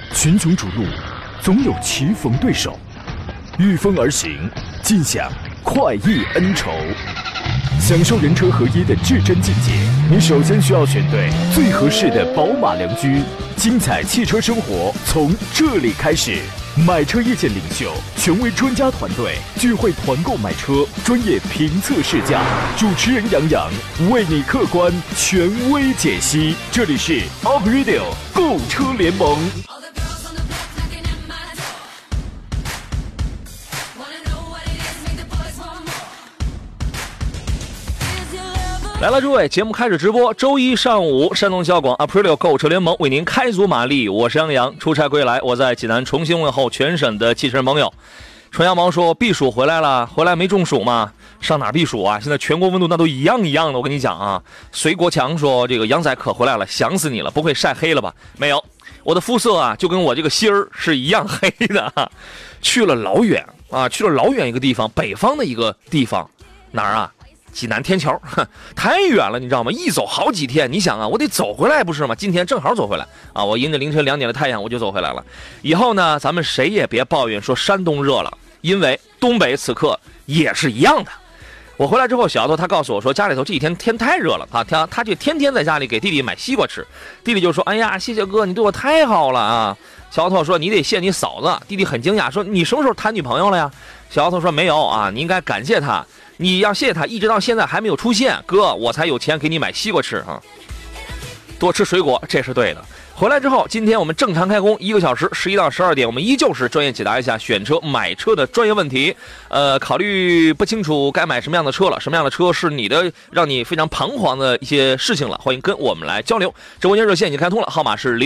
群雄逐鹿，总有棋逢对手，御风而行，尽享快意恩仇。享受人车合一的至臻境界，你首先需要选对最合适的宝马良驹。精彩汽车生活从这里开始。买车意见领袖，权威专家团队聚会团购买车，专业评测试驾，主持人杨洋为你客观权威解析。这里是 Up Radio 购车联盟。 来了，诸位，节目开始直播。周一上午，山东交广 Aprilio 购车联盟为您开足马力。我是杨洋，出差归来，我在济南重新问候全省的汽车人朋友。纯羊毛说避暑回来了，回来没中暑吗？上哪避暑啊？现在全国温度那都一样的，我跟你讲啊。隋国强说这个杨仔可回来了，想死你了，不会晒黑了吧？没有，我的肤色啊就跟我这个心儿是一样黑的啊。去了老远一个地方，北方的一个地方，哪儿啊？济南天桥，太远了，你知道吗？一走好几天。你想啊，我得走回来不是吗？今天正好走回来啊！我迎着凌晨2点的太阳，我就走回来了。以后呢，咱们谁也别抱怨说山东热了，因为东北此刻也是一样的。我回来之后，小丫头她告诉我说，家里头这几天天太热了啊，她就天天在家里给弟弟买西瓜吃。弟弟就说：“哎呀，谢谢哥，你对我太好了啊！”小丫头说：“你得谢你嫂子。”弟弟很惊讶说：“你什么时候谈女朋友了呀？”小丫头说：“没有啊，你应该感谢她。你要谢谢他，一直到现在还没有出现，哥，我才有钱给你买西瓜吃啊！多吃水果，这是对的。回来之后，今天我们正常开工1个小时，11到12点，我们依旧是专业解答一下选车、买车的专业问题。考虑不清楚该买什么样的车了，什么样的车是你的让你非常彷徨的一些事情了，欢迎跟我们来交流。直播间热线已经开通了，号码是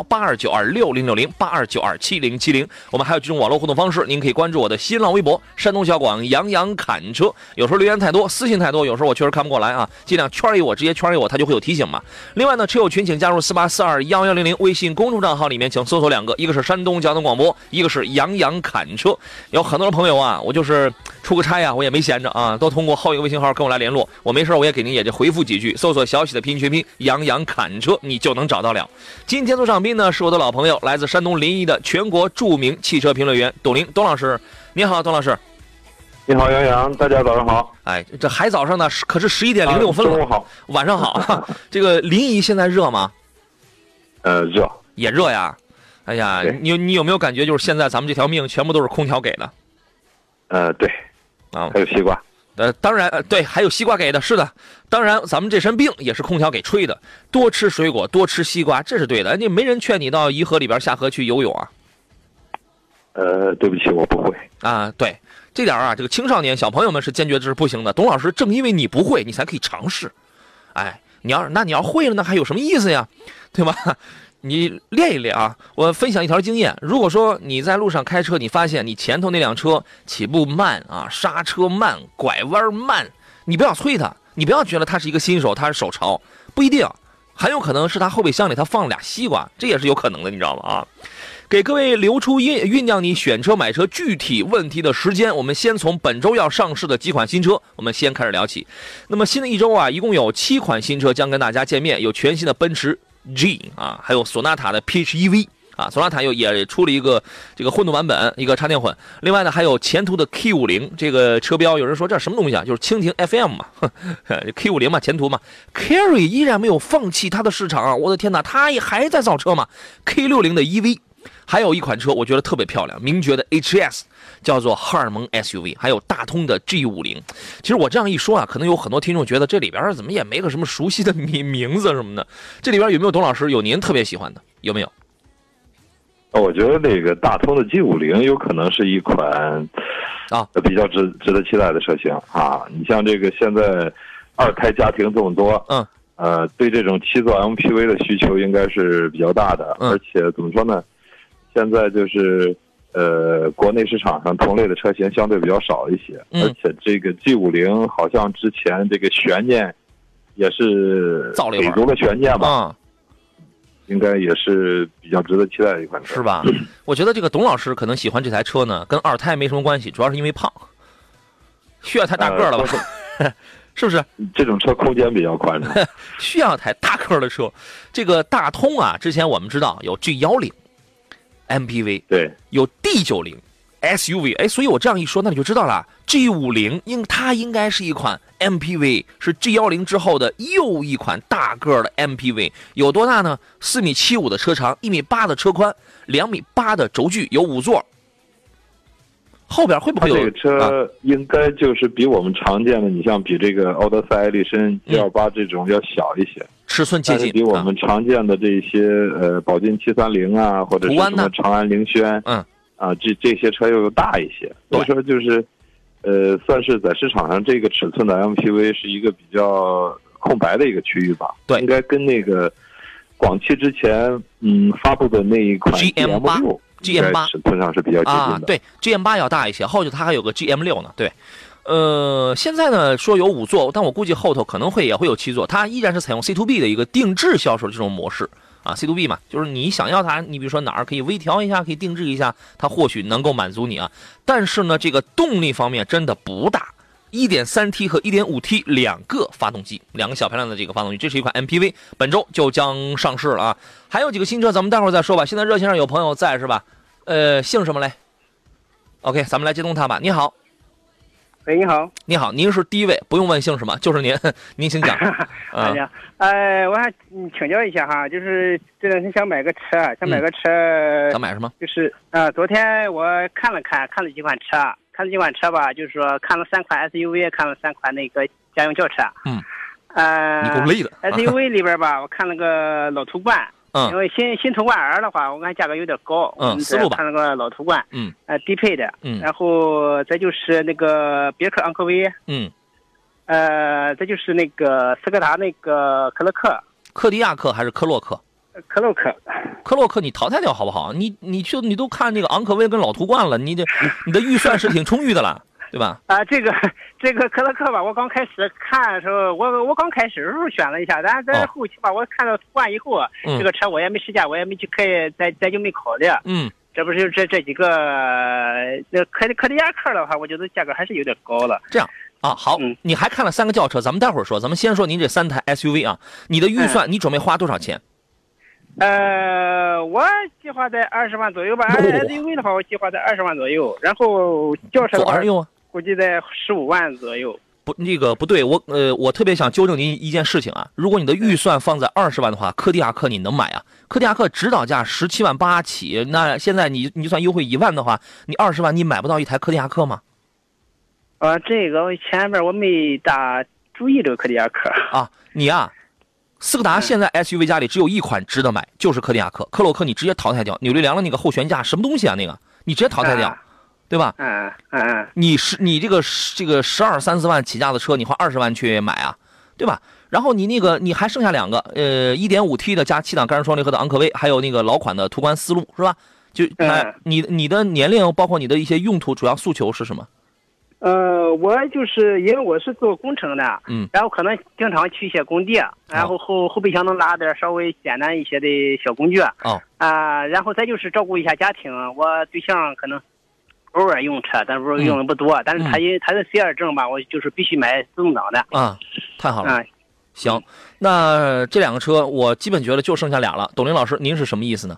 0531-8292-6060，8292-7070。我们还有几种网络互动方式，您可以关注我的新浪微博山东小广杨洋侃车。有时候留言太多，私信太多，有时候我确实看不过来啊，尽量圈一我，直接圈一我，它就会有提醒嘛。另外呢，车友群请加入48421100微信公众账号里面，请搜索2个，一个是山东交通广播，一个是杨洋侃车。有很多的朋友啊，我就是出个差啊，我也没闲着啊，都通过后一个微信号跟我来联络。我没事我也给您也就回复几句，搜索小喜的拼音全拼杨洋侃车，你就能找到了。今天做上宾呢是我的老朋友，来自山东临沂的全国著名汽车评论员董林董老师。你好，董老师。 你好，杨洋，大家早上好。 哎，这还早上呢，可是11点06分了。 中午好， 晚上好。这个临沂现在热吗？ 热， 也热呀。哎呀，你有没有感觉，就是现在咱们这条命全部都是空调给的？ 对，啊，还有西瓜。 当然，对，还有西瓜给的，是的。当然，咱们这身病也是空调给吹的。多吃水果，多吃西瓜，这是对的。你没人劝你到沂河里边下河去游泳啊？ 对不起，我不会啊。对，这点啊，这个青少年小朋友们是坚决是不行的。董老师，正因为你不会，你才可以尝试。哎，你要会了，那还有什么意思呀？对吧？你练一练啊！我分享一条经验：如果说你在路上开车，你发现你前头那辆车起步慢啊，刹车慢，拐弯慢，你不要催他，你不要觉得他是一个新手，他是手潮，不一定，很有可能是他后备箱里他放了俩西瓜，这也是有可能的，你知道吗？啊！给各位留出酝酿你选车买车具体问题的时间，我们先从本周要上市的几款新车，我们先开始聊起。那么新的一周啊，一共有7款新车将跟大家见面，有全新的奔驰 G 啊，还有索纳塔的 PHEV 啊，索纳塔也出了一个这个混动版本，一个插电混。另外呢，还有前途的 K50 这个车标，有人说这什么东西啊？就是蜻蜓 FM 嘛，K50 嘛，前途嘛。Carry 依然没有放弃它的市场啊！我的天哪，它也还在造车嘛。K60 的 EV。还有一款车我觉得特别漂亮，名爵的 HS 叫做荷尔蒙 SUV， 还有大通的 G50。其实我这样一说啊，可能有很多听众觉得这里边怎么也没个什么熟悉的名字什么的。这里边有没有董老师有您特别喜欢的？有没有？ 我觉得那个大通的 G50有可能是一款比较值得期待的车型啊。你像这个现在2胎家庭这么多，对这种7座 MPV 的需求应该是比较大的，而且怎么说呢？现在就是国内市场上同类的车型相对比较少一些，而且这个 G50好像之前这个悬念也是给足了悬念吧，应该也是比较值得期待的一款车， 是吧？我觉得这个董老师可能喜欢这台车呢，跟2胎没什么关系，主要是因为胖，需要太大个了吧？是不是？ 这种车空间比较宽敞， 需要台大个的车。这个大通啊，之前我们知道有 G10。 MPV， 对， 有 D90 SUV， 哎，所以我这样一说，那你就知道了 ，G50 它应该是一款 MPV， 是 G10之后的又一款大个的 MPV， 有多大呢？4.75米的车长，1.8米的车宽，2.8米的轴距，有5座。后边会不会有？ 这个车应该就是比我们常见的，你像比这个奥德赛、艾力绅、G28这种要小一些， 尺寸接近， 比我们常见的这些宝骏730啊，或者是什么长安凌轩，这些车又大一些。所以说就是算是在市场上这个尺寸的 MPV 是一个比较空白的一个区域吧。 对， 应该跟那个广汽之前发布的那一款 GM8。 尺寸上是比较接近的， 对 ，GM8 要大一些，后头它还有个 GM6呢，对，现在呢说有5座，但我估计后头可能也会有7座，它依然是采用 C2B 的一个定制销售的这种模式啊 ，C2B 嘛，就是你想要它，你比如说哪儿可以微调一下，可以定制一下，它或许能够满足你啊，但是呢，这个动力方面真的不大。1.3T 和 1.5T 两个发动机，两个小排量的这个发动机，这是一款 MPV， 本周就将上市了啊！还有几个新车，咱们待会儿再说吧。现在热线上有朋友在是吧？姓什么嘞 ？OK， 咱们来接通他吧。你好， 喂，你好， 你好，您是第一位，不用问姓什么，就是您，您请讲。 哎呀，我还请教一下哈，就是这两天想买个车，想买什么？就是昨天我看了几款车。看了几款车吧，就是说看了3款 SUV， 看了3款那个家用轿车。 你够累的。 SUV 里边吧，我看了个老途观。因为新途观 R 的话，我看价格有点高。 思路吧。 看了个老途观。低配的。然后再就是那个别克昂科威。再就是那个斯柯达那个科迪亚克还是科洛克？科洛克你淘汰掉好不好？你都看那个昂科威跟老途观了，你的预算是挺充裕的了，对吧？ 这个科洛克吧，我刚开始看的时候，我刚开始的时候选了一下，但是后期吧，我看到途观以后，这个车我也没试驾，我也没去开，再就没考虑。这不是这几个那科迪亚克的话，我觉得价格还是有点高了。 这样。好，你还看了3个轿车，咱们待会儿说，咱们先说您这3台 SUV 啊，你的预算你准备花多少钱？ 我计划在20万左右吧。SUV 的话，我计划在20万左右，然后轿车的话，估计在15万左右。 不对，我特别想纠正您一件事情啊，如果你的预算放在20万的话，科迪亚克你能买啊？科迪亚克指导价17万8起，那现在你算优惠1万的话，你20万你买不到一台科迪亚克吗？ 这个前面我没大注意这个科迪亚克啊，你啊。斯柯达现在 SUV 家里只有一款值得买，就是科迪亚克。科洛克你直接淘汰掉，扭力梁的那个后悬架什么东西啊？那个你直接淘汰掉，对吧？你这个12、34万起价的车，你花20万去买啊，对吧？然后你还剩下2个，1.5T 的加7档干式双离合的昂科威，还有那个老款的途观思路，是吧？就你的年龄包括你的一些用途主要诉求是什么？ 我就是因为我是做工程的，然后可能经常去一些工地，然后后备箱能拉点稍微简单一些的小工具，然后再就是照顾一下家庭。我对象可能偶尔用车，但是用的不多，但是他的 C2 证吧，我就是必须买自动挡的。 太好了。行，那这2个车我基本觉得就剩下俩了。董林老师，您是什么意思呢？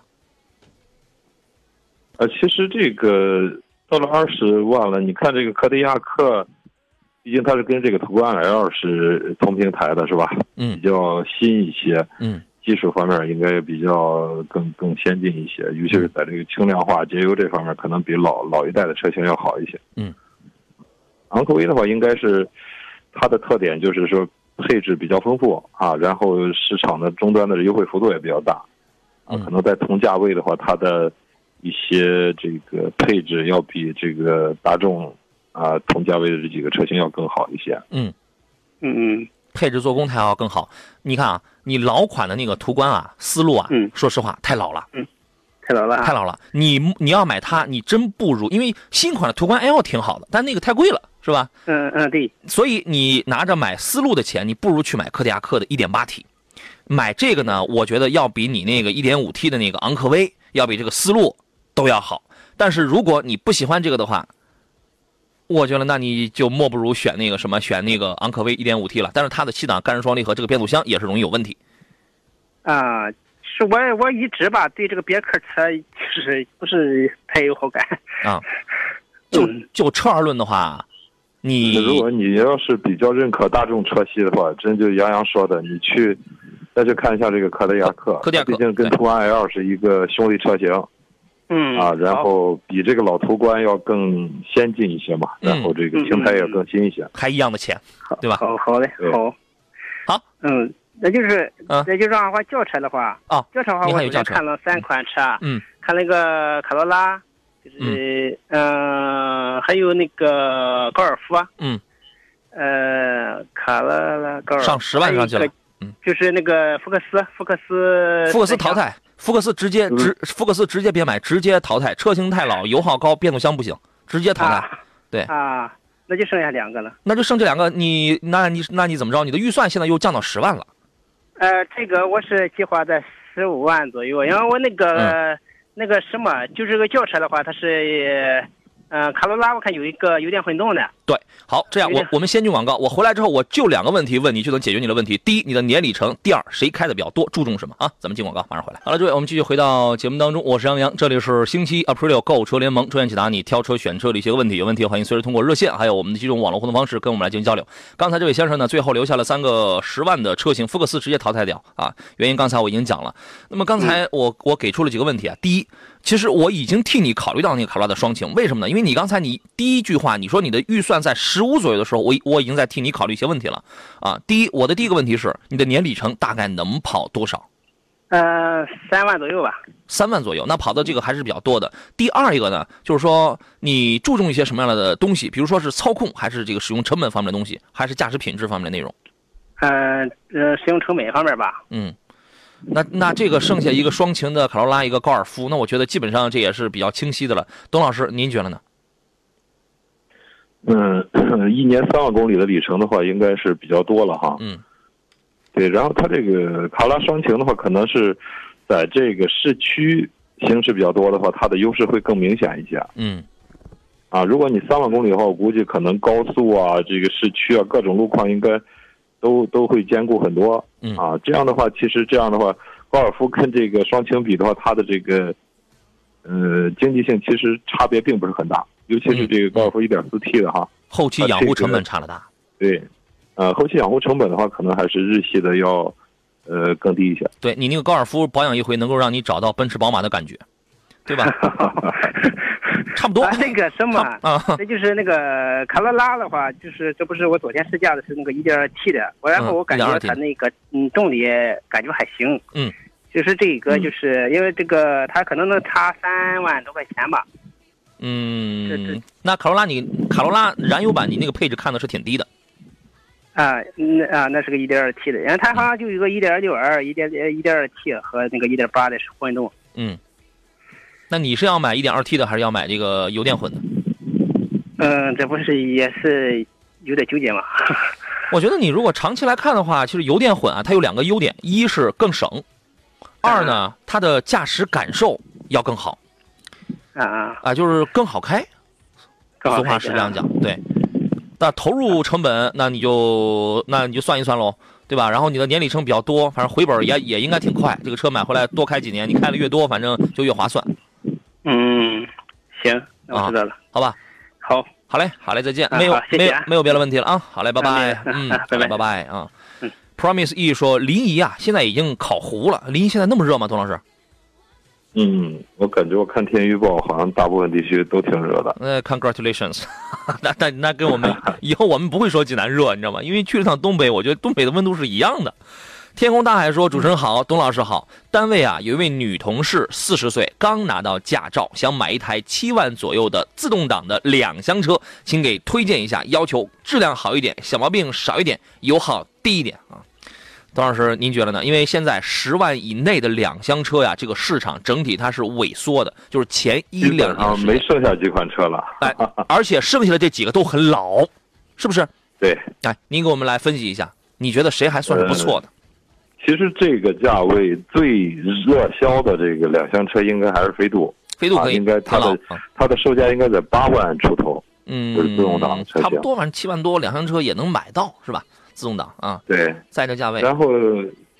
其实这个。到了20万了，你看这个科迪亚克，毕竟它是跟这个途观 L 是同平台的，是吧？比较新一些，技术方面应该比较更先进一些，尤其是在这个轻量化、节油这方面，可能比老一代的车型要好一些。昂科威的话，应该是它的特点就是说配置比较丰富啊，然后市场的终端的优惠幅度也比较大，可能在同价位的话，它的一些这个配置要比这个大众同价位的这几个车型要更好一些。 配置做工它要更好。你看啊，你老款的那个途观啊、思路啊，说实话太老了。 太老了。 你要买它，你真不如，因为新款的途观 L 挺好的，但那个太贵了，是吧？ 对。 所以你拿着买思路的钱，你不如去买科迪亚克的 1.8T。买这个呢，我觉得要比你那个 1.5T 的那个昂科威，要比这个思路都要好。但是如果你不喜欢这个的话，我觉得那你就莫不如选那个昂科威 1.5T 了。但是它的7档干式双离合这个变速箱也是容易有问题。 是我一直吧对这个别克车就是不是太有好感啊。就车而论的话， 如果你要是比较认可大众车系的话，真就杨洋说的，你再去看一下这个柯迪亚克，毕竟跟途安 L 是一个兄弟车型。然后比这个老途观要更先进一些嘛，然后这个平台也更新一些， 还一样的钱，对吧？ 好嘞，好，那就是按话轿车的话，轿车的话，我之前看了3款车，看那个卡罗拉，就是还有那个高尔夫，卡罗拉、高尔夫上10万上去了， 就是那个福克斯淘汰。福克斯直接别买，直接淘汰，车型太老，油耗高，变速箱不行，直接淘汰。对那就剩下2个了。 那就剩这2个，那你怎么着？你的预算现在又降到10万了。 这个我是计划在15万左右，因为我那个什么，就是这个轿车的话，它是卡罗拉我看有一个油电混动的。 对，好，这样我们先进广告，我回来之后我就2个问题问你，就能解决你的问题。第一，你的年里程；第二，谁开的比较多，注重什么啊？咱们进广告，马上回来。好了，诸位，我们继续回到节目当中，我是杨洋，这里是星期Aprilio 购车联盟，专业解答你挑车选车的一些问题，有问题欢迎随时通过热线，还有我们的几种网络互动方式跟我们来进行交流。刚才这位先生呢，最后留下了3个10万的车型，福克斯直接淘汰掉啊，原因刚才我已经讲了。那么刚才我给出了几个问题啊，第一，其实我已经替你考虑到那个卡罗拉的双擎，为什么呢？因为你刚才你第一句话你说你的预算在15左右的时候，我已经在替你考虑一些问题了啊。我的第一个问题是你的年里程大概能跑多少 ？3万左右吧。 3万左右，那跑的这个还是比较多的。第二一个呢，就是说你注重一些什么样的东西，比如说是操控，还是这个使用成本方面的东西，还是驾驶品质方面的内容？ 使用成本方面吧。 那这个剩下一个双擎的卡罗拉，一个高尔夫，那我觉得基本上这也是比较清晰的了。董老师，您觉得呢 ？1年3万公里的里程的话，应该是比较多了哈。对，然后它这个卡罗拉双擎的话，可能是在这个市区行驶比较多的话，它的优势会更明显一些。如果你3万公里的话，我估计可能高速啊、这个市区啊各种路况应该都会兼顾很多。这样的话，其实这样的话，高尔夫跟这个双擎比的话，它的这个经济性其实差别并不是很大，尤其是这个高尔夫 1.4T 的哈， 后期养护成本差了大。 对，后期养护成本的话，可能还是日系的要更低一些。 对，你那个高尔夫保养一回，能够让你找到奔驰、宝马的感觉，对吧？差不多。 那个什么那就是那个卡罗拉的话，就是这不是我昨天试驾的是那个 1.2T 的，然后我感觉它那个动力感觉还行。就是这个就是因为这个它可能能差3万多块钱吧。 那卡罗拉燃油版你那个配置看的是挺低的。 那是个 1.2T 的，然后它好像就有一个 1.62、1.2T 和那个 1.8 的是混动。 那你是要买 1.2T 的，还是要买这个油电混的？ 这不是也是有点纠结吗？ 我觉得你如果长期来看的话，其实油电混啊，它有2个优点，一是更省，二呢，它的驾驶感受要更好。就是更好开。俗话是这样讲，对。那投入成本，那你就算一算喽，对吧？然后你的年里程比较多，反正回本也应该挺快。这个车买回来多开几年，你开的越多，反正就越划算。 行，那我知道了。 好吧。好嘞，再见。没有别的问题了啊。好嘞，拜拜。拜拜啊。Promise E 说临沂啊，现在已经烤糊了。临沂现在那么热吗，董老师？ 我感觉我看天气预报，好像大部分地区都挺热的。 Congratulations， 那跟我们以后我们不会说济南热，你知道吗？因为去了趟东北，我觉得东北的温度是一样的。天空大海说，主持人好，董老师好。单位啊有一位女同事，40岁，刚拿到驾照，想买一台7万左右的自动挡的2厢车，请给推荐一下，要求质量好一点，小毛病少一点，油耗低一点啊。董老师，您觉得呢？因为现在10万以内的2厢车呀，这个市场整体它是萎缩的，就是前1-2年没剩下几款车了。 而且剩下的这几个都很老，是不是？ 对。 您给我们来分析一下，你觉得谁还算是不错的？ 其实这个价位最热销的这个2厢车应该还是飞度。 飞度可以， 应该它的售价应该在8万出头。就是自动挡车型， 差不多，反正7万多2厢车也能买到，是吧？自动挡啊， 对， 在这价位。 然后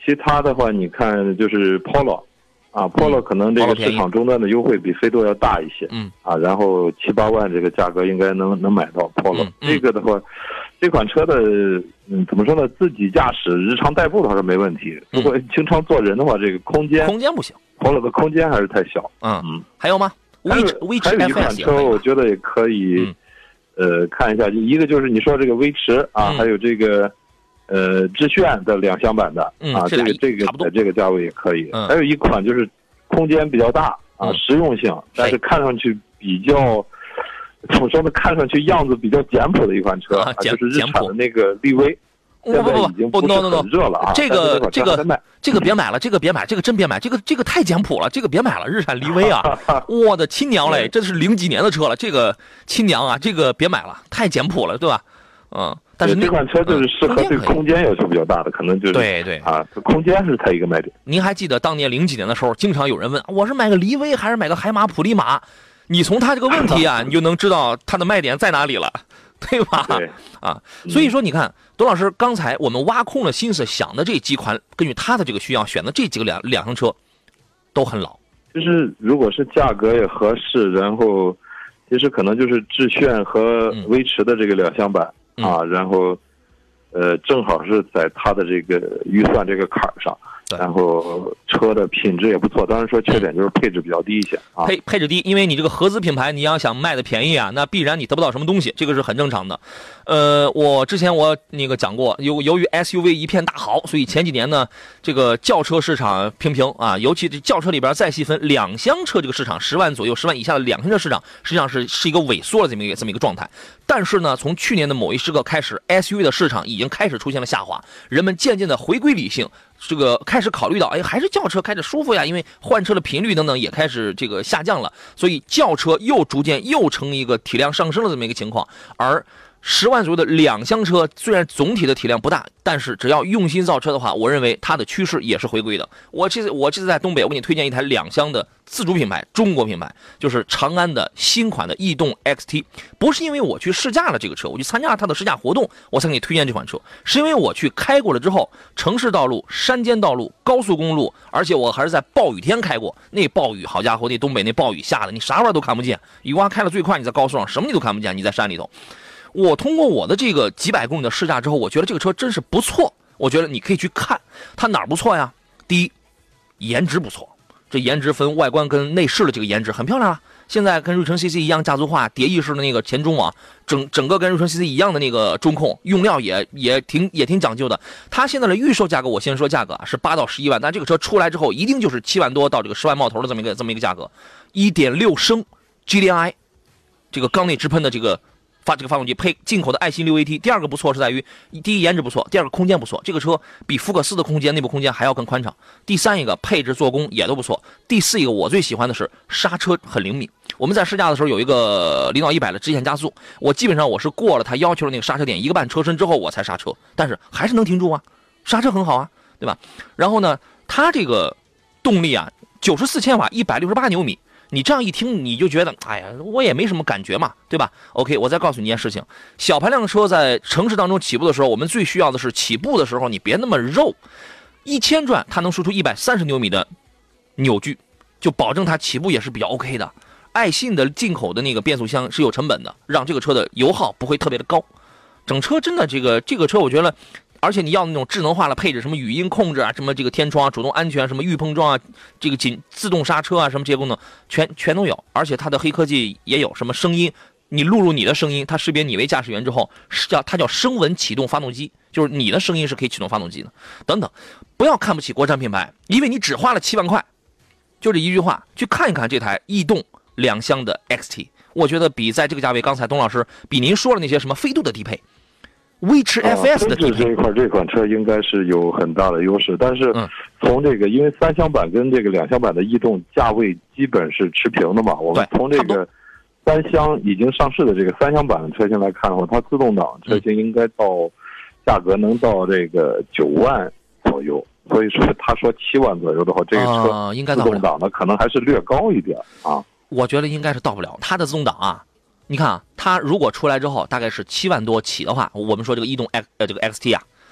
其他的话，你看就是 Polo， 啊 ，Polo 可能这个市场终端的优惠比飞度要大一些，然后7、8万这个价格应该能买到 Polo。这个的话，这款车的怎么说呢？自己驾驶、日常代步的话是没问题。如果经常坐人的话，这个空间不行 ，Polo 的空间还是太小。 还有吗？ 还有一款车，我觉得也可以，看一下，一个就是你说这个威驰啊，还有这个。致炫的2厢版的啊，这个在这个价位也可以。还有一款就是空间比较大啊，实用性，但是看上去比较怎么说呢？看上去样子比较简朴的一款车，就是日产的那个力威。现在已经不是很热了啊！ 这个别买了，这个别买，这个真别买，这个太简朴了，这个别买了。日产力威啊，我的亲娘嘞，这是00几年的车了，这个亲娘啊，这个别买了，太简朴了，对吧？但是这款车就是适合对空间要求比较大的，可能就是对啊，空间是它一个卖点。 您还记得当年00几年的时候，经常有人问我是买个力威还是买个海马普利马？你从他这个问题啊，你就能知道它的卖点在哪里了，对吧？ 对啊，所以说你看，董老师刚才我们挖空了心思想的这几款，根据他的这个需要选的这几个两厢车，都很老。 就是如果是价格也合适，然后其实可能就是致炫和威驰的这个2厢版。然后，正好是在它的这个预算这个坎儿上，然后车的品质也不错。当然说缺点就是配置比较低一些啊。 配置低，因为你这个合资品牌，你要想卖的便宜啊，那必然你得不到什么东西，这个是很正常的。我之前那个讲过，由于 SUV 一片大好，所以前几年呢，这个轿车市场平平啊，尤其这轿车里边再细分2厢车这个市场，10万左右、10万以下的2厢车市场，实际上是一个萎缩的这么一个状态。但是呢，从去年的某一时刻开始 ，SUV 的市场已经开始出现了下滑，人们渐渐的回归理性，这个开始考虑到，还是轿车开着舒服呀，因为换车的频率等等也开始这个下降了，所以轿车逐渐成一个体量上升的这么一个情况，而10万左右的2厢车，虽然总体的体量不大，但是只要用心造车的话，我认为它的趋势也是回归的。我这次在东北，我给你推荐一台2厢的自主品牌，中国品牌，就是长安的新款的逸动 XT。不是因为我去试驾了这个车，我去参加了它的试驾活动，我才给你推荐这款车，是因为我去开过了之后，城市道路、山间道路、高速公路，而且我还是在暴雨天开过。那暴雨，好家伙，那东北那暴雨下的，你啥玩意都看不见。雨刮开了最快，你在高速上什么你都看不见，你在山里头。我通过我的这个几百公里的试驾之后，我觉得这个车真是不错。我觉得你可以去看它哪儿不错呀？第一，颜值不错，这颜值分外观跟内饰的这个颜值很漂亮啊。现在跟瑞城 CC 一样家族化，蝶翼式的那个前中网，整个跟瑞城 CC 一样的那个中控，用料也挺讲究的。它现在的预售价格，我先说价格啊，是8到11万，但这个车出来之后，一定就是7万多到这个10万冒头的这么一个价格。1.6升 GDI 这个缸内直喷的这个发动机，配进口的爱信6AT。第二个不错是在于，第一颜值不错，第二个空间不错，这个车比福克斯的空间内部空间还要更宽敞。第三一个配置做工也都不错。第四一个我最喜欢的是刹车很灵敏。我们在试驾的时候有一个0到100的直线加速，我基本上我是过了他要求的那个刹车点1个半车身之后我才刹车，但是还是能停住啊，刹车很好啊，对吧？然后呢，它这个动力啊，94千瓦，168牛米。你这样一听，你就觉得，哎呀，我也没什么感觉嘛，对吧 ？OK， 我再告诉你一件事情，小排量车在城市当中起步的时候，我们最需要的是起步的时候你别那么肉，1000转它能输出130牛米的扭矩，就保证它起步也是比较 OK 的。爱信的进口的那个变速箱是有成本的，让这个车的油耗不会特别的高。整车真的这个车，我觉得。而且你要那种智能化的配置，什么语音控制啊，什么这个天窗啊、主动安全、什么预碰撞啊，这个自动刹车啊，什么这些功能全都有。而且它的黑科技也有，什么声音，你录入你的声音，它识别你为驾驶员之后，它叫声纹启动发动机，就是你的声音是可以启动发动机的。等等，不要看不起国产品牌，因为你只花了7万块，就这一句话，去看一看这台逸动2厢的 XT， 我觉得比在这个价位，刚才董老师比您说了那些什么飞度的低配。威驰 FS 的低配这款车应该是有很大的优势，但是从这个因为3厢版跟这个2厢版的逸动价位基本是持平的嘛，我们从这个3厢已经上市的这个3厢版的车型来看的话，它自动挡车型应该到价格能到这个9万左右，所以说他说7万左右的话，这个车应该自动挡的可能还是略高一点啊。 我觉得应该是到不了，它的自动挡啊。你看啊，它如果出来之后大概是7万多起的话，我们说这个逸动这个 XT 啊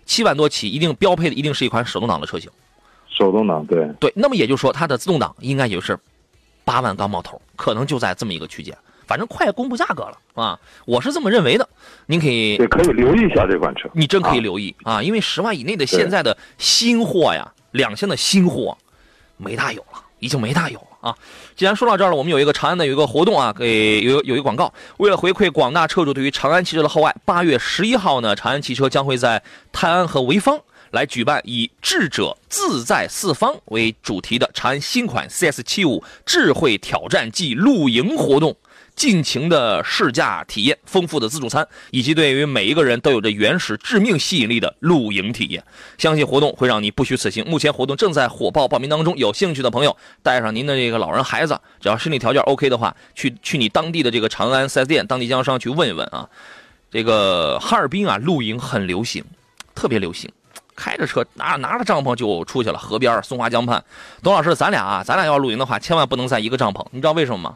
7万多起，一定标配的一定是一款手动挡的车型。 手动挡，对对，那么也就是说，它的自动挡应该也是8万刚冒头，可能就在这么一个区间。反正快公布价格了啊，我是这么认为的。您可以留意一下这款车， 你真可以留意啊，因为10万以内的现在的新货呀，两线的新货没大有了，已经没大有了啊。既然说到这儿了，我们有一个长安的有一个活动啊，有一个广告，为了回馈广大车主对于长安汽车的厚爱，8月11号呢，长安汽车将会在泰安和潍坊来举办以智者自在四方为主题的长安新款 CS75 智慧挑战季露营活动，尽情的试驾体验，丰富的自助餐，以及对于每一个人都有着原始致命吸引力的露营体验。相信活动会让你不虚此行。目前活动正在火爆报名当中，有兴趣的朋友带上您的这个老人孩子，只要身体条件 OK 的话，去你当地的这个长安 4S 店、当地经销商去问一问啊。这个哈尔滨啊，露营很流行，特别流行。开着车拿着帐篷就出去了，河边松花江畔。董老师，咱俩要露营的话，千万不能在一个帐篷，你知道为什么吗？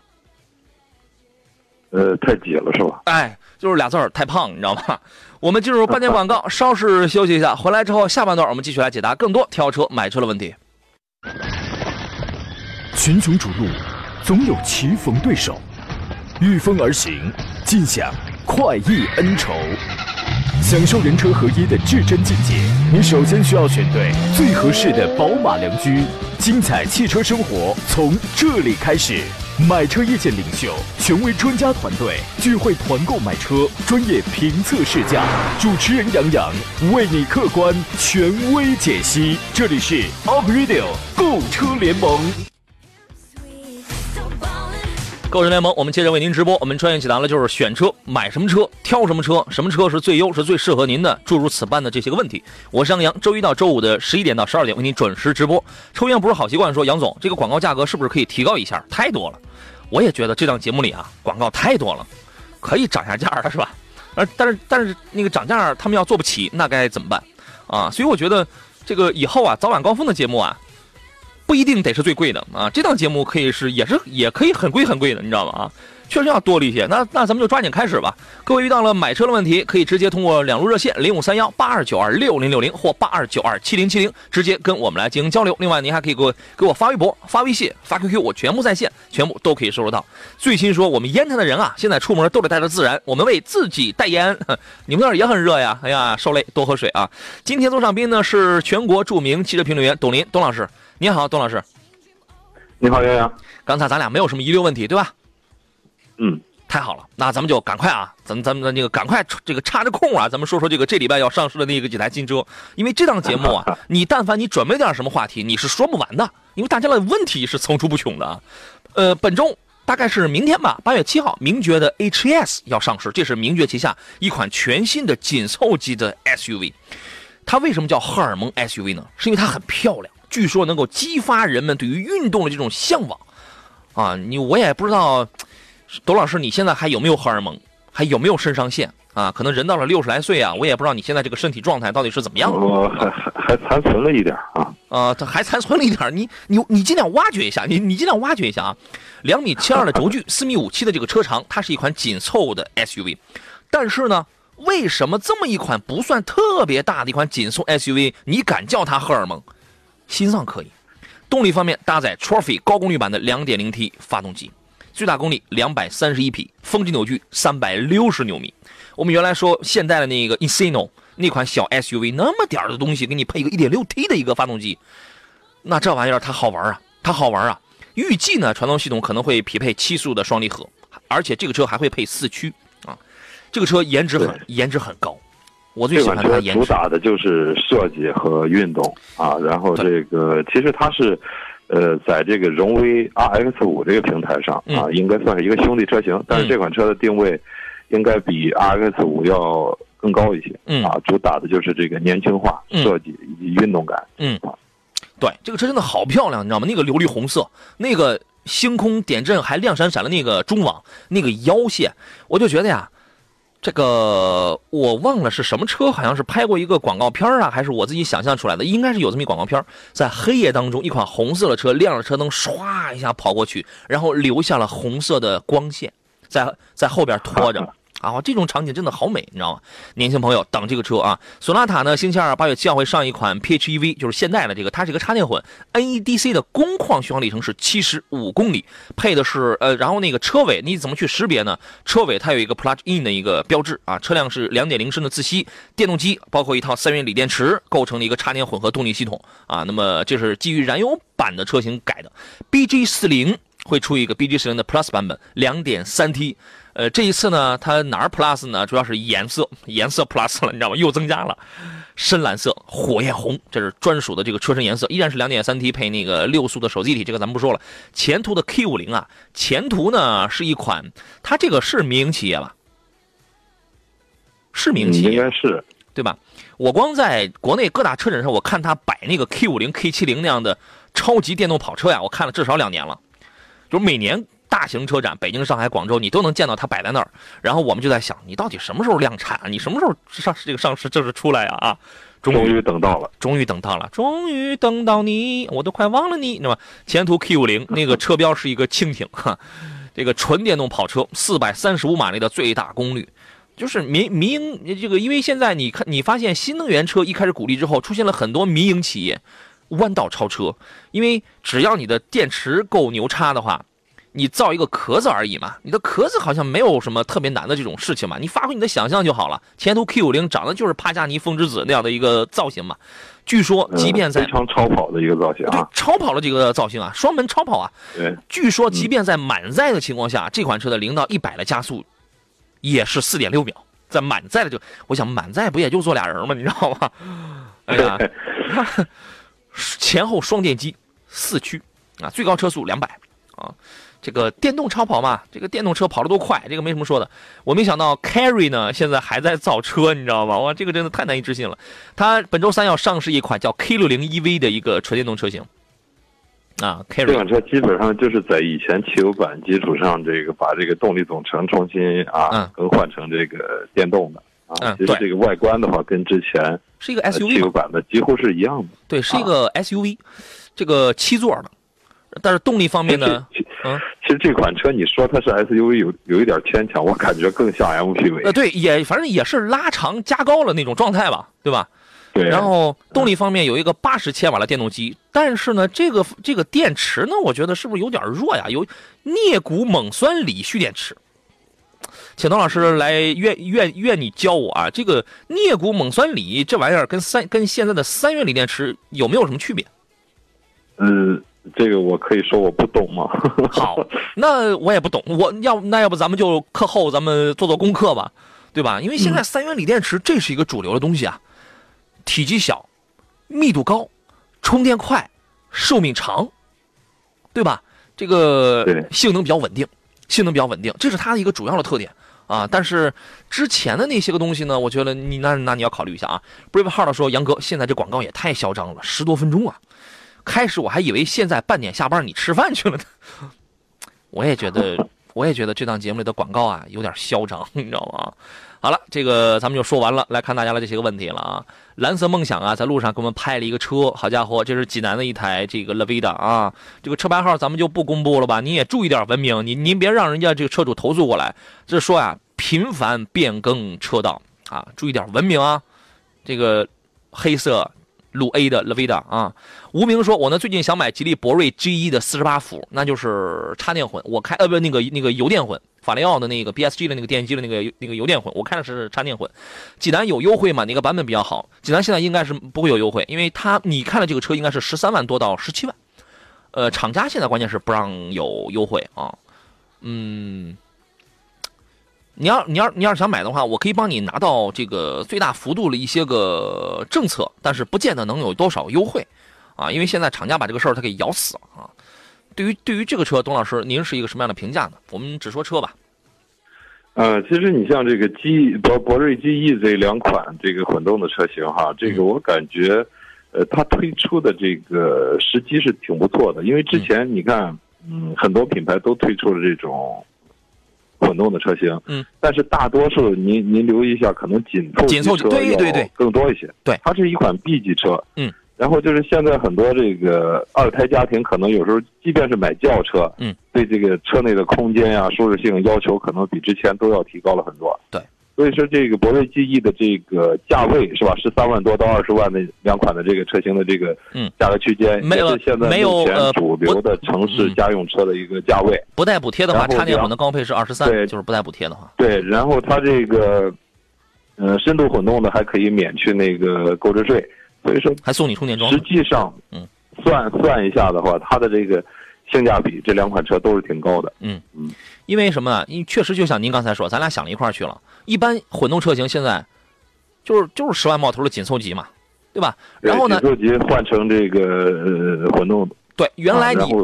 太挤了是吧？ 哎，就是俩字儿，太胖，你知道吗？我们进入半点广告，稍事休息一下，回来之后下半段我们继续来解答更多挑车买车的问题。 群雄逐鹿，总有棋逢对手，御风而行，尽享快意恩仇。享受人车合一的至臻境界，你首先需要选对最合适的宝马良驹。精彩汽车生活从这里开始。买车意见领袖，权威专家团队聚会团购买车，专业评测试驾，主持人杨洋为你客观权威解析。这里是 Up Radio 购车联盟。 购车联盟，我们接着为您直播。我们专业解答了就是选车、买什么车、挑什么车、什么车是最优、是最适合您的，诸如此般的这些个问题。我是杨洋，周一到周五的11点到12点为您准时直播。抽烟不是好习惯，说杨总，这个广告价格是不是可以提高一下？太多了，我也觉得这档节目里啊，广告太多了，可以涨下价的是吧？但是那个涨价他们要做不起，那该怎么办啊？所以我觉得这个以后啊，早晚高峰的节目啊，不一定得是最贵的啊，这档节目可以是也可以很贵的，你知道吗？啊，确实要多了一些。那咱们就抓紧开始吧。各位遇到了买车的问题，可以直接通过两路热线053182926060或82927070直接跟我们来进行交流。另外，您还可以给我发微博、发微信、发 QQ， 我全部在线，全部都可以收得到。最新说我们烟台的人啊，现在出门都得带着自然，我们为自己代言。你们那儿也很热呀，哎呀，受累多喝水啊。今天座上宾呢是全国著名汽车评论员董林，董老师。你好，董老师。 你好，杨洋。 刚才咱俩没有什么遗留问题，对吧？太好了，那咱们就赶快啊，咱们这个赶快这个插着空啊，咱们说说这礼拜要上市的那个几台新车。因为这档节目啊，你但凡你准备点什么话题，你是说不完的，因为大家的问题是层出不穷的啊。本周大概是明天吧，8月7号，名爵的 HES 要上市，这是名爵旗下一款全新的紧凑级的 SUV。它为什么叫荷尔蒙 SUV 呢？是因为它很漂亮，据说能够激发人们对于运动的这种向往啊。我也不知道，董老师你现在还有没有荷尔蒙，还有没有肾上腺啊？可能人到了60来岁啊，我也不知道你现在这个身体状态到底是怎么样的。 我还残存了一点啊。 它还残存了一点，你尽量挖掘一下，你尽量挖掘一下啊。2.72米的轴距，4.57米的这个车长，它是一款紧凑的 SUV， 但是呢，为什么这么一款不算特别大的一款紧凑 SUV， 你敢叫它荷尔蒙？心脏可以。动力方面，搭载 Trophy 高功率版的 2.0T 发动机，最大功率231匹，峰值扭矩360牛米。我们原来说现代的那个 Insino 那款小 SUV 那么点的东西，给你配一个 1.6T 的一个发动机，那这玩意儿它好玩啊！预计呢，传动系统可能会匹配7速的双离合，而且这个车还会配4驱啊。这个车颜值很高，我最喜欢它颜值。 主打的就是设计和运动啊，然后这个其实它是，在这个荣威 RX5 这个平台上啊，应该算是一个兄弟车型，但是这款车的定位应该比 RX5 要更高一些啊，主打的就是这个年轻化设计以及运动感。 对，这个车真的好漂亮，你知道吗？那个琉璃红色，那个星空点阵还亮闪闪的那个中网，那个腰线，我就觉得呀。这个我忘了是什么车，好像是拍过一个广告片啊，还是我自己想象出来的，应该是有这么一广告片，在黑夜当中，一款红色的车亮着车灯，唰一下跑过去，然后留下了红色的光线，在后边拖着啊，这种场景真的好美，你知道吗？年轻朋友等这个车啊，索纳塔呢，星期二8月7号会上一款 PHEV， 就是现代的这个，它是一个插电混 ，NEDC 的工况续航里程是75公里，配的是然后那个车尾你怎么去识别呢？车尾它有一个 plug in 的一个标志啊，车辆是2.0升的自吸电动机，包括一套3元锂电池构成了一个插电混合动力系统啊。那么这是基于燃油版的车型改的 ，BG40 会出一个 BG40的 Plus 版本 2.3T。这一次呢，它哪儿 Plus 呢？主要是颜色 Plus 了，你知道吗？又增加了深蓝色、火焰红，这是专属的这个车身颜色，依然是 2.3T 配那个6速的手自一体，这个咱们不说了。前途的 K50 啊，前途呢是一款，它这个是民营企业吧？是民营企业， 应该是对吧？我光在国内各大车展上，我看他摆那个 K50、K70那样的超级电动跑车呀，我看了至少2年了，就是每年大型车展，北京、上海、广州，你都能见到它摆在那儿。然后我们就在想，你到底什么时候量产？你什么时候上市正式出来啊？ 终于等到了， 终于等到你，我都快忘了你，知道吗？前途 K50 那个车标是一个蜻蜓，哈，这个纯电动跑车，435马力的最大功率。就是民营这个，因为现在你发现新能源车一开始鼓励之后，出现了很多民营企业弯道超车，因为只要你的电池够牛叉的话，你造一个壳子而已嘛，你的壳子好像没有什么特别难的这种事情嘛，你发挥你的想象就好了。前途 K50 长得就是帕加尼风之子那样的一个造型嘛，据说即便在非常超跑的一个造型啊， 对，超跑的这个造型啊，双门超跑啊， 对， 据说即便在满载的情况下，这款车的0到100的加速也是4.6秒，在满载的我想满载不也就坐俩人吗？你知道吗？哎呀，前后双电机4驱啊，最高车速200啊。这个电动超跑嘛，这个电动车跑得多快，这个没什么说的。我没想到 Carry 呢现在还在造车，你知道吗？哇，这个真的太难以置信了。它本周3要上市一款叫 K60 EV 的一个纯电动车型。啊， 这款车基本上就是在以前汽油版基础上，这个把这个动力总成重新更换成这个电动的啊。其实这个外观的话，跟之前是一个 SUV 汽油版的几乎是一样的。 对，是一个 SUV，这个7座的，但是动力方面呢， 其实这款车你说它是 SUV 有一点牵强，我感觉更像 MPV。 对，反正也是拉长加高了那种状态吧，对吧？ 对， 然后动力方面有一个80千瓦的电动机，但是呢，这个电池呢，我觉得是不是有点弱呀？有镍钴锰酸锂蓄电池，请董老师来愿你教我啊，这个镍钴锰酸锂这玩意儿跟现在的3元锂电池有没有什么区别？ 这个我可以说我不懂吗？ 好，那我也不懂，要不咱们就课后咱们做功课吧，对吧？因为现在3元锂电池这是一个主流的东西啊。体积小，密度高，充电快，寿命长，对吧？这个性能比较稳定，这是它的一个主要的特点啊。但是之前的那些个东西呢，我觉得那你要考虑一下啊。Braveheart 说，杨哥，现在这广告也太嚣张了，10多分钟啊！开始我还以为现在半点下班你吃饭去了呢。我也觉得这档节目里的广告啊有点嚣张，你知道吗？好了，这个咱们就说完了，来看大家的这些个问题了啊。蓝色梦想啊，在路上给我们拍了一个车，好家伙，这是济南的一台这个 Lavida 啊，这个车牌号咱们就不公布了吧，你也注意点文明，您别让人家这个车主投诉过来。这是说呀，频繁变更车道啊，注意点文明啊。这个黑色路 A 的 Lavida 啊，无名说，我呢最近想买吉利博瑞 G1 的48伏，那就是插电混，我开那个油电混。法雷奥的那个 BSG 的那个电机的那个油电混，我看的是插电混。济南有优惠吗？哪个版本比较好？济南现在应该是不会有优惠，因为你看的这个车应该是13万多到17万，厂家现在关键是不让有优惠啊。你要是想买的话，我可以帮你拿到这个最大幅度的一些个政策，但是不见得能有多少优惠啊，因为现在厂家把这个事儿它给咬死了啊。对于这个车，董老师，您是一个什么样的评价呢？我们只说车吧。 其实你像这个博瑞 G1 这2款这个混动的车型哈，这个我感觉，它推出的这个时机是挺不错的，因为之前你看，很多品牌都推出了这种混动的车型，但是大多数您留意一下，可能紧凑级车对更多一些。 对， 它是一款 B 级车， 然后就是现在很多这个二胎家庭，可能有时候即便是买轿车，对这个车内的空间呀、舒适性要求，可能比之前都要提高了很多。 对， 所以说这个博瑞 GE 的这个价位是吧，13万多到20万的两款的这个车型的这个价格区间，也是现在目前主流的城市家用车的一个价位。 不带补贴的话，插电混的高配是23，对，就是不带补贴的话。 对，然后它这个深度混动的还可以免去那个购置税。所以说还送你充电桩。 实际上，算一下的话，它的这个性价比，这两款车都是挺高的。 因为什么呢？因为确实就像您刚才说，咱俩想一块儿去了。一般混动车型现在就是10万冒头的紧凑级嘛，对吧？然后呢， 紧凑级换成这个混动。 对，原来你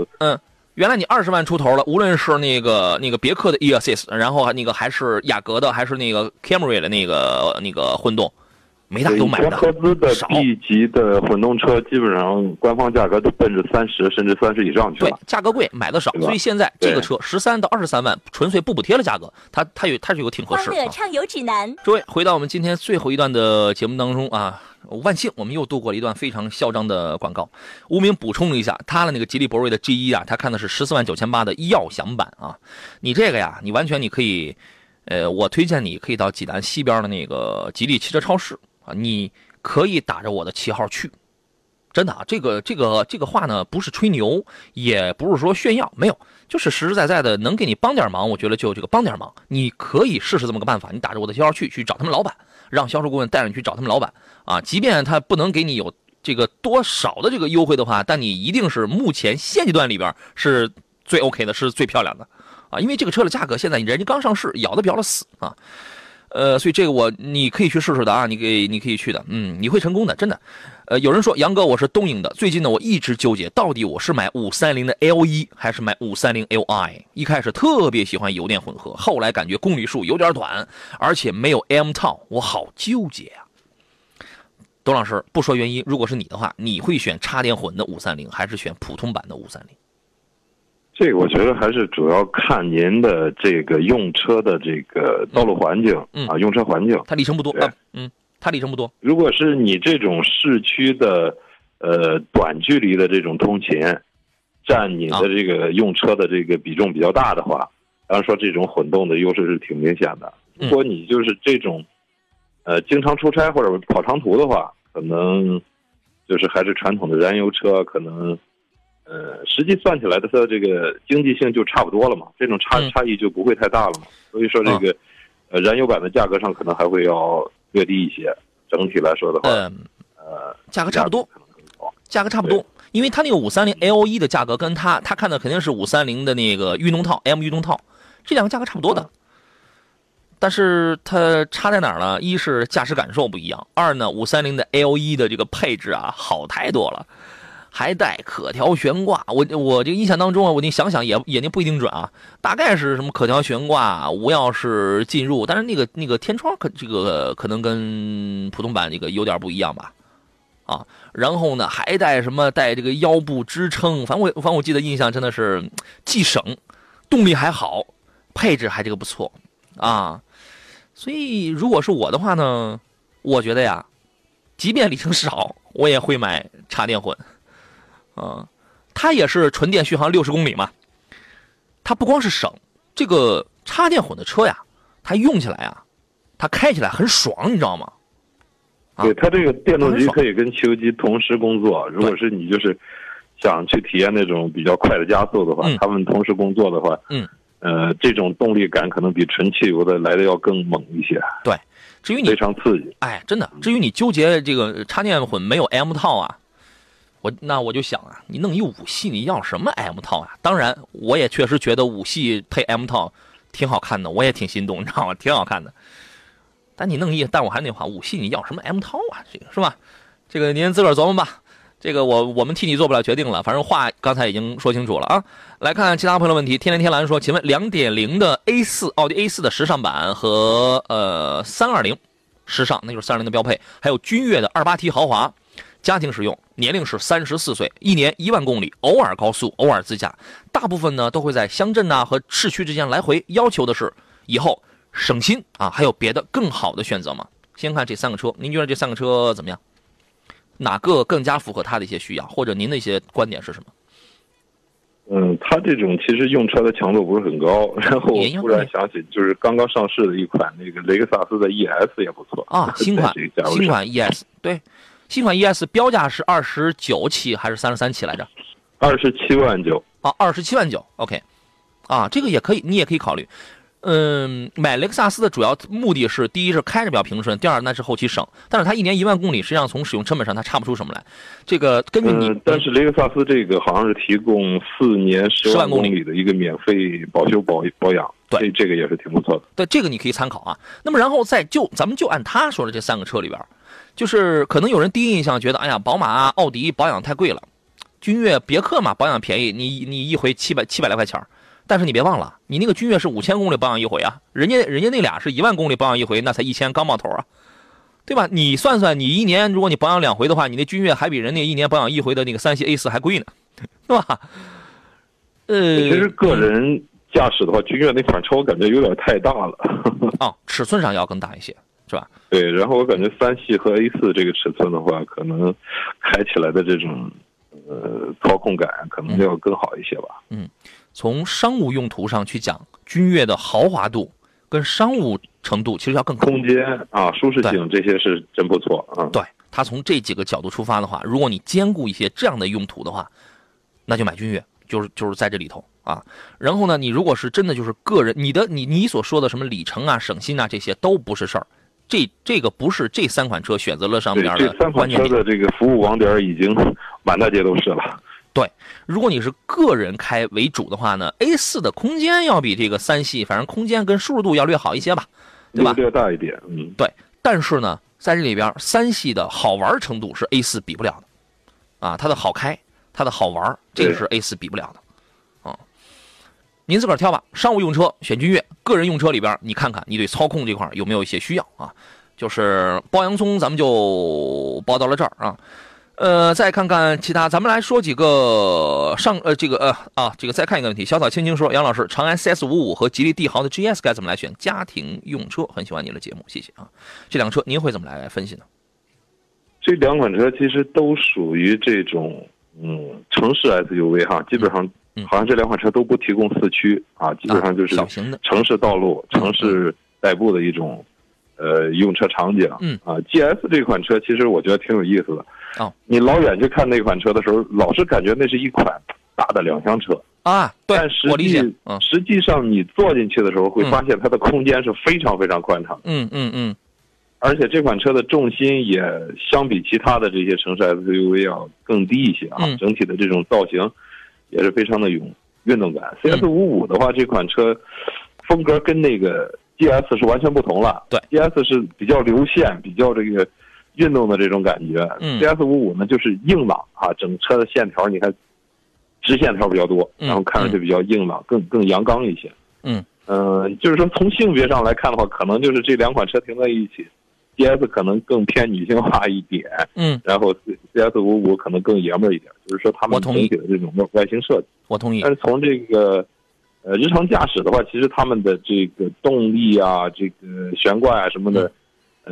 20万出头了，无论是那个别克的 e-assist， 然后那个还是雅阁的，还是那个 Camry 的那个混动。没大有买的， 合资的 B 级的混动车，基本上官方价格都奔着30甚至30以上去了。 对，价格贵，买的少，所以现在这个车13到23万，纯粹不补贴的价格，它是有挺合适的。 欢乐畅游指南， 诸位，回到我们今天最后一段的节目当中啊，万幸我们又度过了一段非常嚣张的广告。无名补充了一下，他的那个吉利博瑞的 G1啊，他看的是14万9800的耀享版啊。你这个呀，你完全你可以，我推荐你可以到济南西边的那个吉利汽车超市。你可以打着我的旗号去，真的啊，这个话呢，不是吹牛，也不是说炫耀，没有，就是实实在在的能给你帮点忙，我觉得就这个帮点忙，你可以试试这么个办法，你打着我的旗号去找他们老板，让销售顾问带着你去找他们老板啊，即便他不能给你有这个多少的这个优惠的话，但你一定是目前现阶段里边是最 OK 的，是最漂亮的啊，因为这个车的价格现在人家刚上市，咬得比较死啊。所以这个你可以去试试的啊，你可以去的，你会成功的，真的。有人说杨哥我是东营的，最近呢我一直纠结，到底我是买530的 L1 还是买530 Li。一开始特别喜欢油电混合，后来感觉公里数有点短，而且没有 M 套，我好纠结啊。董老师不说原因，如果是你的话，你会选插电混的530还是选普通版的530？ 这个我觉得还是主要看您的这个用车的这个道路环境用车环境。 它里程不多它里程不多。如果是你这种市区的短距离的这种通勤，占你的这个用车的这个比重比较大的话，当然说这种混动的优势是挺明显的。如果你就是这种经常出差或者跑长途的话，可能就是还是传统的燃油车，可能实际算起来的它这个经济性就差不多了嘛，这种差异就不会太大了嘛。所以说这个燃油版的价格上可能还会要略低一些。整体来说的话， 价格差不多，价格差不多，因为它那个530 L1 的价格跟他看的肯定是530的那个运动套 M 运动套，这两个价格差不多的。但是它差在哪儿呢？一是驾驶感受不一样，二呢530的 L1 的这个配置啊好太多了。还带可调悬挂，我这个印象当中啊，我你想想也那不一定准啊，大概是什么可调悬挂、无钥匙进入，但是那个天窗可能跟普通版这个有点不一样吧，啊，然后呢还带什么带这个腰部支撑，反正我记得印象真的是既省，动力还好，配置还这个不错啊，所以如果是我的话呢，我觉得呀，即便里程少，我也会买插电混。它也是纯电续航60公里嘛，它不光是省，这个插电混的车呀，它用起来啊，它开起来很爽，你知道吗？ 对，它这个电动机可以跟汽油机同时工作。如果是你就是想去体验那种比较快的加速的话，它们同时工作的话，这种动力感可能比纯汽油的来的要更猛一些。 对，至于你非常刺激， 哎，真的。至于你纠结这个插电混没有 M 套啊。我就想啊，你弄一5系，你要什么 M 套啊？当然，我也确实觉得5系配 M 套挺好看的，我也挺心动，你知道吗？挺好看的。但我还那话，5系你要什么 M 套啊？这个是吧？这个您自个儿琢磨吧。这个我们替你做不了决定了，反正话刚才已经说清楚了啊。来看其他朋友的问题，天蓝天蓝说，请问 2.0 的 A4 奥迪 A4 的时尚版和320时尚，那就是320的标配，还有君越的 2.8T 豪华。家庭使用，年龄是34岁，1年1万公里，偶尔高速，偶尔自驾，大部分呢都会在乡镇和市区之间来回。要求的是以后省心啊，还有别的更好的选择吗？先看这3个车，您觉得这3个车怎么样？ 哪个更加符合他的一些需要，或者您的一些观点是什么？ 它这种其实用车的强度不是很高，然后我突然想起，就是刚刚上市的一款那个雷克萨斯的 ES 也不错啊，新款 ES， 对，新款 ES 标价是29起还是33起来着 ？27万9 啊，27万9 ，OK， 啊，这个也可以，你也可以考虑。买雷克萨斯的主要目的是，第一是开着比较平顺，第二那是后期省。但是它1年1万公里，实际上从使用成本上它差不出什么来。这个根据你， 但是雷克萨斯这个好像是提供4年10万公里的一个免费保修保养， 对， 这个也是挺不错的。 对，这个你可以参考啊。那么然后咱们就按他说的这3个车里边，就是可能有人第一印象觉得，哎呀，宝马、奥迪保养太贵了，君越、别克嘛保养便宜，你一回700来块钱。但是你别忘了，你那个君越是5000公里保养一回啊，人家那俩是1万公里保养一回，那才1000刚冒头啊，对吧？你算算，你1年如果你保养2回的话，你那君越还比人家1年保养1回的那个3系 A4 还贵呢，对吧？ 其实个人驾驶的话，君越那款车我感觉有点太大了。 哦，尺寸上要更大一些，是吧？ 对，然后我感觉3系和 A4 这个尺寸的话，可能开起来的这种操控感可能要更好一些吧。 从商务用途上去讲，君越的豪华度跟商务程度其实要更高， 空间啊、舒适性这些是真不错啊。 对，它从这几个角度出发的话，如果你兼顾一些这样的用途的话，那就买君越，就是在这里头啊。然后呢，你如果是真的就是个人，你所说的什么里程啊、省心啊，这些都不是事儿。这个不是这3款车选择了上面的这3款车的这个服务网点已经满大街都是了。 对，如果你是个人开为主的话呢 ，A4 的空间要比这个3系，反正空间跟舒适度要略好一些吧，对吧？ 略大一点， 对。但是呢，在这里边3系的好玩程度是 A4 比不了的，啊，它的好开，它的好玩，这个是 A4 比不了的，啊。您自个儿挑吧，商务用车选君越，个人用车里边你看看你对操控这块有没有一些需要啊？就是包洋葱，咱们就包到了这儿啊。再看看其他，咱们来说几个这个再看一个问题。小草青青说，杨老师，长安 CS55和吉利帝豪的 GS 该怎么来选？家庭用车，很喜欢您的节目，谢谢啊。这两车您会怎么来分析呢？ 这2款车其实都属于这种城市 SUV 哈，基本上好像这2款车都不提供4驱啊，基本上就是小型的城市道路、城市代步的一种用车场景。GS 这款车其实我觉得挺有意思的。你老远去看那款车的时候，老是感觉那是一款大的2厢车啊。对， 但实际上你坐进去的时候，会发现它的空间是非常非常宽敞。而且这款车的重心也相比其他的这些城市 SUV 要更低一些啊。整体的这种造型也是非常的有运动感。CS55的话，这款车风格跟那个 GS 是完全不同了。 对 ，GS 是比较流线，比较这个运动的这种感觉。CS55呢就是硬朗啊，整车的线条你看直线条比较多，然后看上去比较硬朗，更阳刚一些。就是说从性别上来看的话，可能就是这2款车停在一起，GS 可能更偏女性化一点，然后 CS55可能更爷们儿一点，就是说他们整体的这种外形设计， 我同意。 但是从这个日常驾驶的话，其实他们的这个动力啊、这个悬挂啊什么的，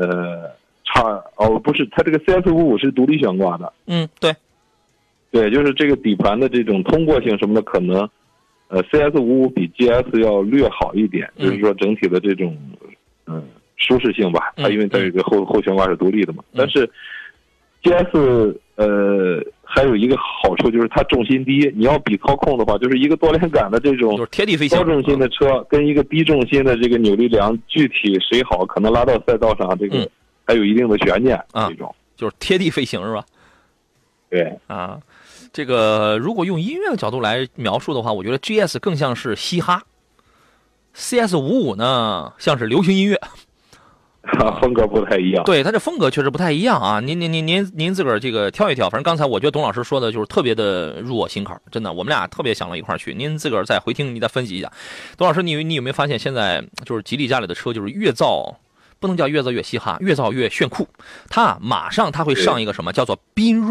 不是，它这个 CS55是独立悬挂的。对，就是这个底盘的这种通过性什么的，可能CS55比 GS 要略好一点，就是说整体的这种舒适性吧。它因为它这个后悬挂是独立的嘛。但是 GS 还有一个好处就是它重心低，你要比操控的话，就是一个多连杆的这种贴地飞行高重心的车跟一个低重心的这个扭力梁，具体谁好，可能拉到赛道上这个还有一定的悬念。这种就是贴地飞行是吧？ 对啊。这个如果用音乐的角度来描述的话，我觉得 GS 更像是嘻哈 ，CS55呢像是流行音乐， 风格不太一样。 对，它这风格确实不太一样啊。您自个儿这个挑一挑，反正刚才我觉得董老师说的就是特别的入我心坎，真的，我们俩特别想到一块儿去。您自个儿再回听，你再分析一下。董老师，你有没有发现现在就是吉利家里的车就是越造，不能叫越造越嘻哈，越造越炫酷。它马上它会上一个什么叫做缤瑞。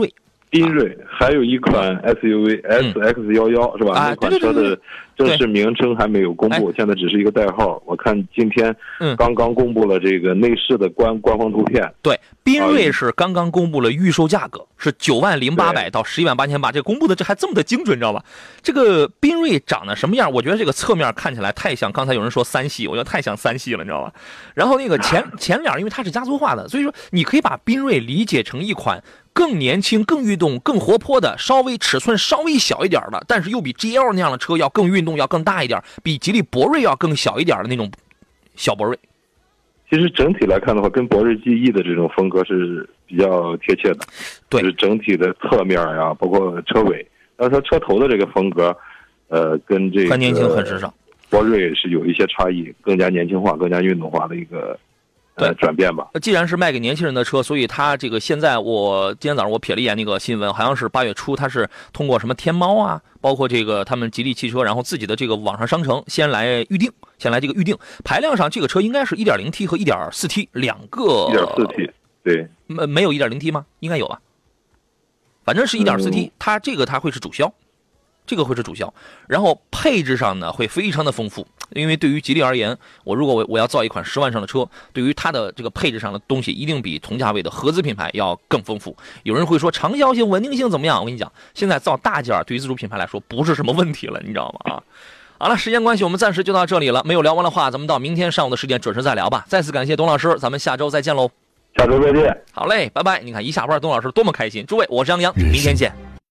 缤瑞，还有一款 SUV SX11是吧？那款车的正式名称还没有公布，现在只是一个代号。我看今天刚刚公布了这个内饰的官方图片。 对，缤瑞是刚刚公布了预售价格，是90800到118800，这公布的这还这么的精准，你知道吗？这个缤瑞长得什么样？我觉得这个侧面看起来太像，刚才有人说3系，我觉得太像3系了，你知道吗？然后那个前脸，因为它是家族化的，所以说你可以把缤瑞理解成一款更年轻、更运动、更活泼的，尺寸稍微小一点的，但是又比 GL 那样的车要更运动、要更大一点，比吉利博瑞要更小一点的那种小博瑞。 其实整体来看的话，跟博瑞 GE 的这种风格是比较贴切的。 对， 就是整体的侧面呀，包括车尾，但是它车头的这个风格，跟这个很年轻、很时尚。 博瑞是有一些差异，更加年轻化、更加运动化的一个。转变吧。 既然是卖给年轻人的车，所以它这个现在今天早上我瞥了一眼那个新闻，好像是8月初，它是通过什么天猫啊，包括这个他们吉利汽车，然后自己的这个网上商城先来这个预定。排量上这个车应该是 1.0T 和 1.4T 两个。 1.4T 对。 没有 1.0T 吗？应该有吧。反正是 1.4T，它会是主销。这个会是主销，然后配置上呢会非常的丰富，因为对于吉利而言，如果我要造一款10万上的车，对于它的这个配置上的东西一定比同价位的合资品牌要更丰富。有人会说长效性、稳定性怎么样？我跟你讲，现在造大件对于自主品牌来说不是什么问题了，你知道吗？啊，好了，时间关系我们暂时就到这里了，没有聊完的话，咱们到明天上午的时间准时再聊吧。再次感谢董老师，咱们下周再见喽。 下周再见。 好嘞，拜拜。你看一下班，董老师多么开心。诸位，我是杨洋，明天见。